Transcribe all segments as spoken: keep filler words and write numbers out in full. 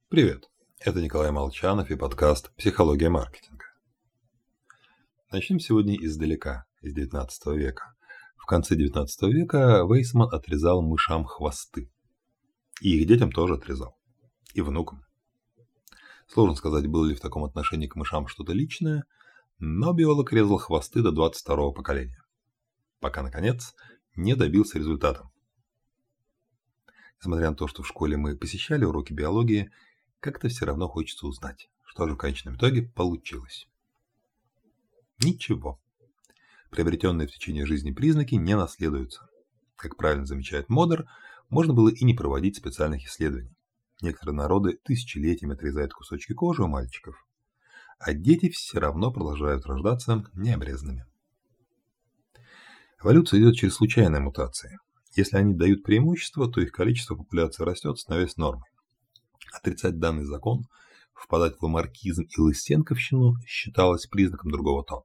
Привет, это Николай Молчанов и подкаст «Психология маркетинга». Начнем сегодня издалека, из девятнадцатого века. В конце девятнадцатого века Вейсман отрезал мышам хвосты. И их детям тоже отрезал. И внукам. Сложно сказать, было ли в таком отношении к мышам что-то личное, но биолог резал хвосты до двадцать второго поколения. Пока, наконец, не добился результата. Несмотря на то, что в школе мы посещали уроки биологии, как-то все равно хочется узнать, что же в конечном итоге получилось. Ничего. Приобретенные в течение жизни признаки не наследуются. Как правильно замечает Модер, можно было и не проводить специальных исследований. Некоторые народы тысячелетиями отрезают кусочки кожи у мальчиков, а дети все равно продолжают рождаться необрезанными. Эволюция идет через случайные мутации. Если они дают преимущество, то их количество популяции растет, становясь нормой. Отрицать данный закон, впадать в ламаркизм и лысенковщину считалось признаком другого тона.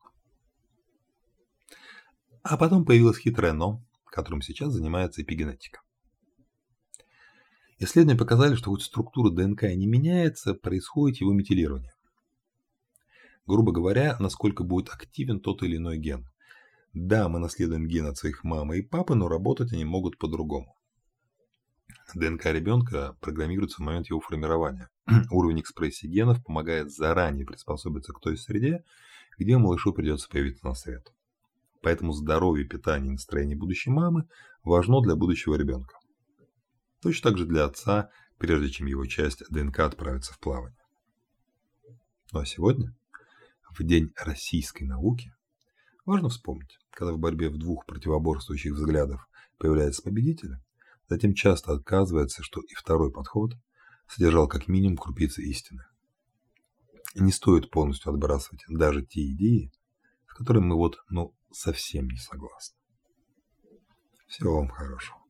А потом появилось хитрое «но», которым сейчас занимается эпигенетика. Исследования показали, что хоть структура ДНК и не меняется, происходит его метилирование. Грубо говоря, насколько будет активен тот или иной ген. Да, мы наследуем ген от своих мамы и папы, но работать они могут по-другому. ДНК ребенка программируется в момент его формирования. Уровень экспрессии генов помогает заранее приспособиться к той среде, где малышу придется появиться на свет. Поэтому здоровье, питание и настроение будущей мамы важно для будущего ребенка. Точно так же для отца, прежде чем его часть ДНК отправится в плавание. Ну а сегодня, в День российской науки, важно вспомнить, когда в борьбе в двух противоборствующих взглядов появляется победитель, затем часто оказывается, что и второй подход содержал как минимум крупицы истины. И не стоит полностью отбрасывать даже те идеи, с которыми мы вот, ну, совсем не согласны. Всего вам хорошего.